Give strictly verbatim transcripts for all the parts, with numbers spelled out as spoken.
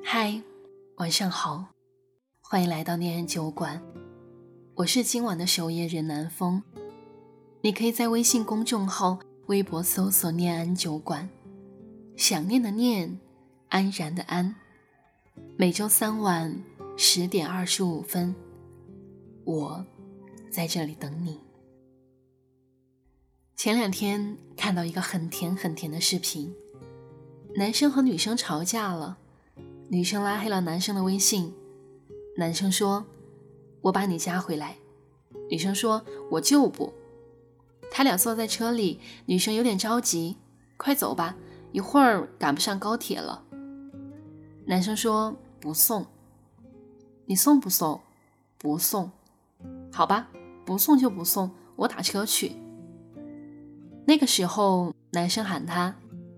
嗨，晚上好，欢迎来到念安酒馆，我是今晚的守夜人南风。你可以在微信公众号、微博搜索念安酒馆，想念的念，安然的安。每周三晚十点二十五分，我在这里等你。前两天看到一个很甜很甜的视频，男生和女生吵架了，女生拉黑了男生的微信，男生说我把你加回来，女生说我就不。他俩坐在车里，女生有点着急，快走吧，一会儿赶不上高铁了。男生说不送。你送不送？不送。好吧，不送就不送，我打车去。那个时候男生喊他，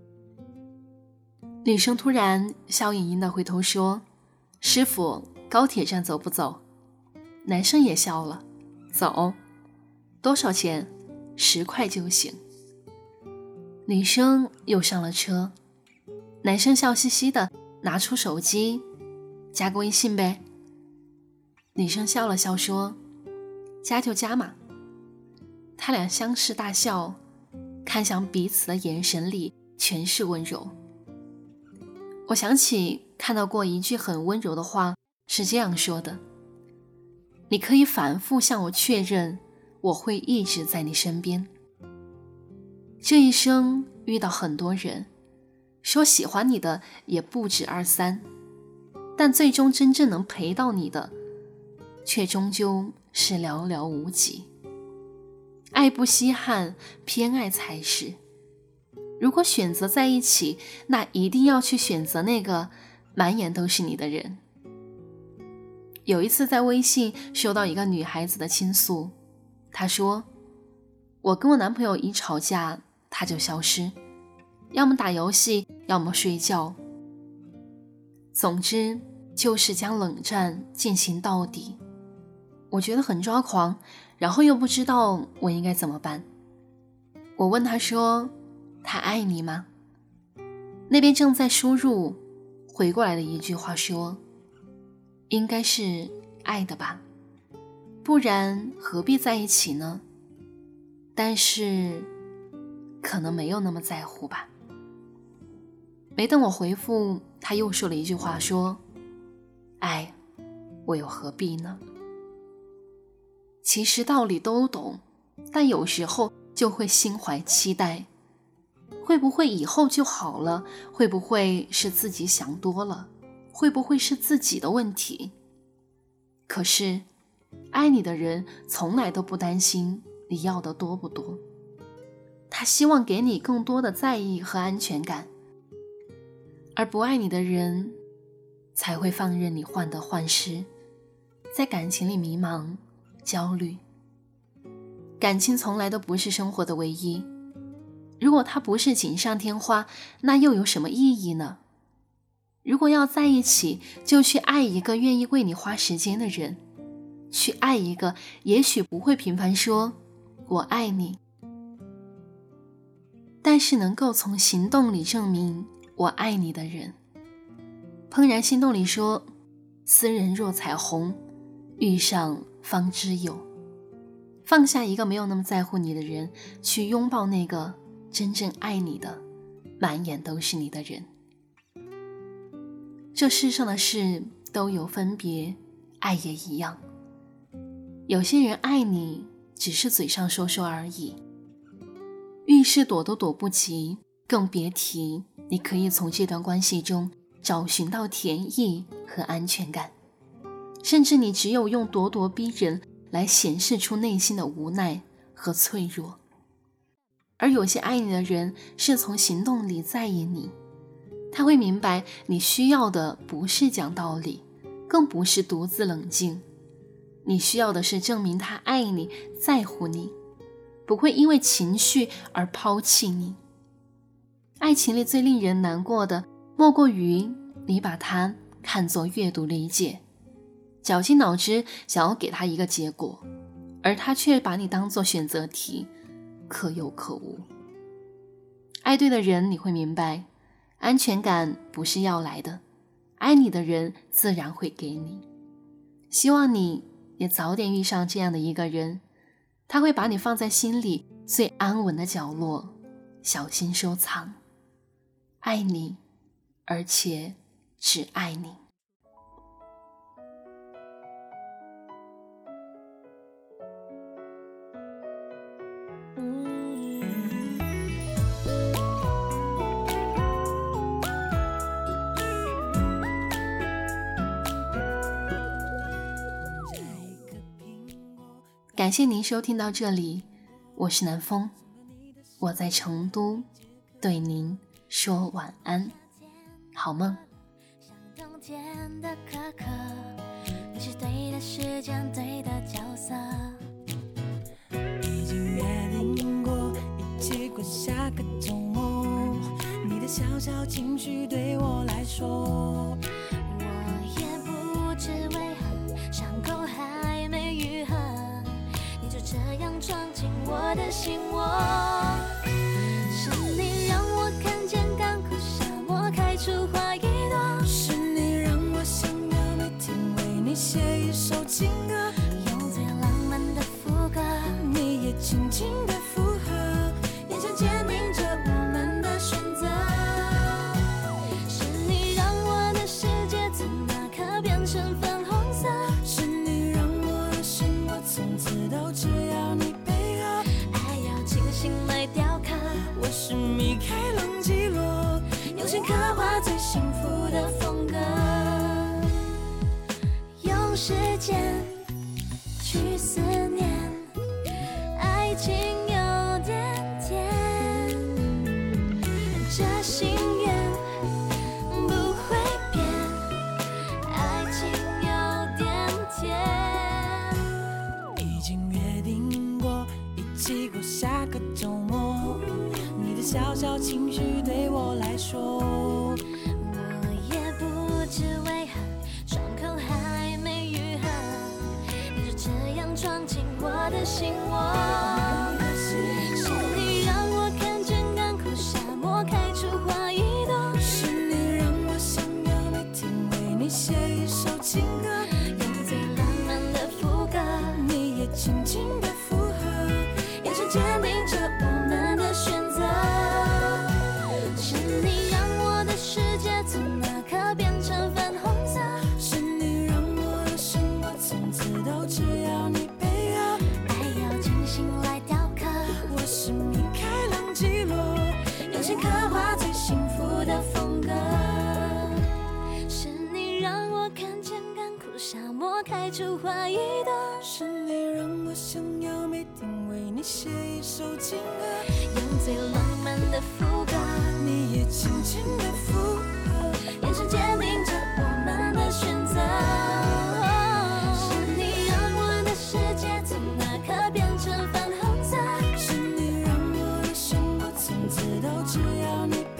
女生突然笑盈盈地回头说，师傅，高铁站走不走？男生也笑了，走。多少钱？十块就行。女生又上了车，男生笑嘻嘻的拿出手机，加个微信呗。女生笑了笑说，加就加嘛。他俩相视大笑，看向彼此的眼神里全是温柔。我想起看到过一句很温柔的话，是这样说的，你可以反复向我确认，我会一直在你身边。这一生遇到很多人，说喜欢你的也不止二三，但最终真正能陪到你的，却终究是寥寥无几。爱不稀罕，偏爱才是。如果选择在一起，那一定要去选择那个满眼都是你的人。有一次在微信收到一个女孩子的倾诉，她说，我跟我男朋友一吵架他就消失，要么打游戏，要么睡觉，总之就是将冷战进行到底。我觉得很抓狂，然后又不知道我应该怎么办。我问他说，他爱你吗？那边正在输入，回过来的一句话说，应该是爱的吧，不然何必在一起呢？但是可能没有那么在乎吧。没等我回复，他又说了一句话说，爱我又何必呢？其实道理都懂，但有时候就会心怀期待，会不会以后就好了？会不会是自己想多了？会不会是自己的问题？可是爱你的人从来都不担心你要的多不多，他希望给你更多的在意和安全感，而不爱你的人才会放任你患得患失，在感情里迷茫焦虑。感情从来都不是生活的唯一，如果它不是锦上添花，那又有什么意义呢？如果要在一起，就去爱一个愿意为你花时间的人，去爱一个也许不会频繁说我爱你，但是能够从行动里证明我爱你的人。怦然心动里说，斯人若彩虹，遇上方知有。放下一个没有那么在乎你的人，去拥抱那个真正爱你的满眼都是你的人。这世上的事都有分别，爱也一样。有些人爱你只是嘴上说说而已，遇事躲都躲不及，更别提你可以从这段关系中找寻到甜意和安全感，甚至你只有用咄咄逼人来显示出内心的无奈和脆弱。而有些爱你的人是从行动里在意你，他会明白你需要的不是讲道理，更不是独自冷静，你需要的是证明他爱你，在乎你，不会因为情绪而抛弃你。爱情里最令人难过的，莫过于你把它看作阅读理解，绞尽脑汁想要给他一个结果，而他却把你当作选择题，可有可无。爱对的人，你会明白，安全感不是要来的， 爱你的人自然会给你。希望你也早点遇上这样的一个人，他会把你放在心里最安稳的角落，小心收藏，爱你，而且只爱你。感谢您收听到这里，我是南风，我在成都对您说晚安，好梦。 像冬天的可可，你是对的时间，对的角色。 已经约定过一起过下个周末，你的小小情绪对我来说， 我也不知为何伤口还没愈合，你就这样闯进我的心窝。是你让我看见干枯沙漠开出花一朵， 是你让我想要每天为你写一首情歌， 用最浪漫的副歌， 你也轻轻地附和，眼神坚定着我们的选择。 是你让我的世界从那刻变成粉红色， 是你让我的生活从此都只要你配合， 爱要精心来雕刻。 我是米开朗基罗，用心刻画最幸福的风格， 用时间去思念，爱情有点甜，这心愿不会变，爱情有点甜。 已经约定过一起过下个周末，你的小小情绪对我来说， 我也不知为何伤口还没愈合，你就这样闯进我的心窝。是你让我看见干枯沙漠开出花一朵， 是你让我想要每天为你写一首情歌， 用最浪漫的副歌， 你也轻轻地附和， 眼神坚定着我们的选择。是你让我的世界从那刻变成粉红色， 是你让我的生活从此都只要你配合， 爱要精心来雕刻。 我是米开朗基罗， 用心刻画最幸福的风格。是你让我看见干枯沙漠开出花一朵， 是你让我想要每天为你写一首情歌， 用最浪漫的副歌， 你也轻轻地附和， 眼神坚定着我们的选择。是你让我的世界从那刻变成粉红色， 是你让我的生活从此都只要你配合。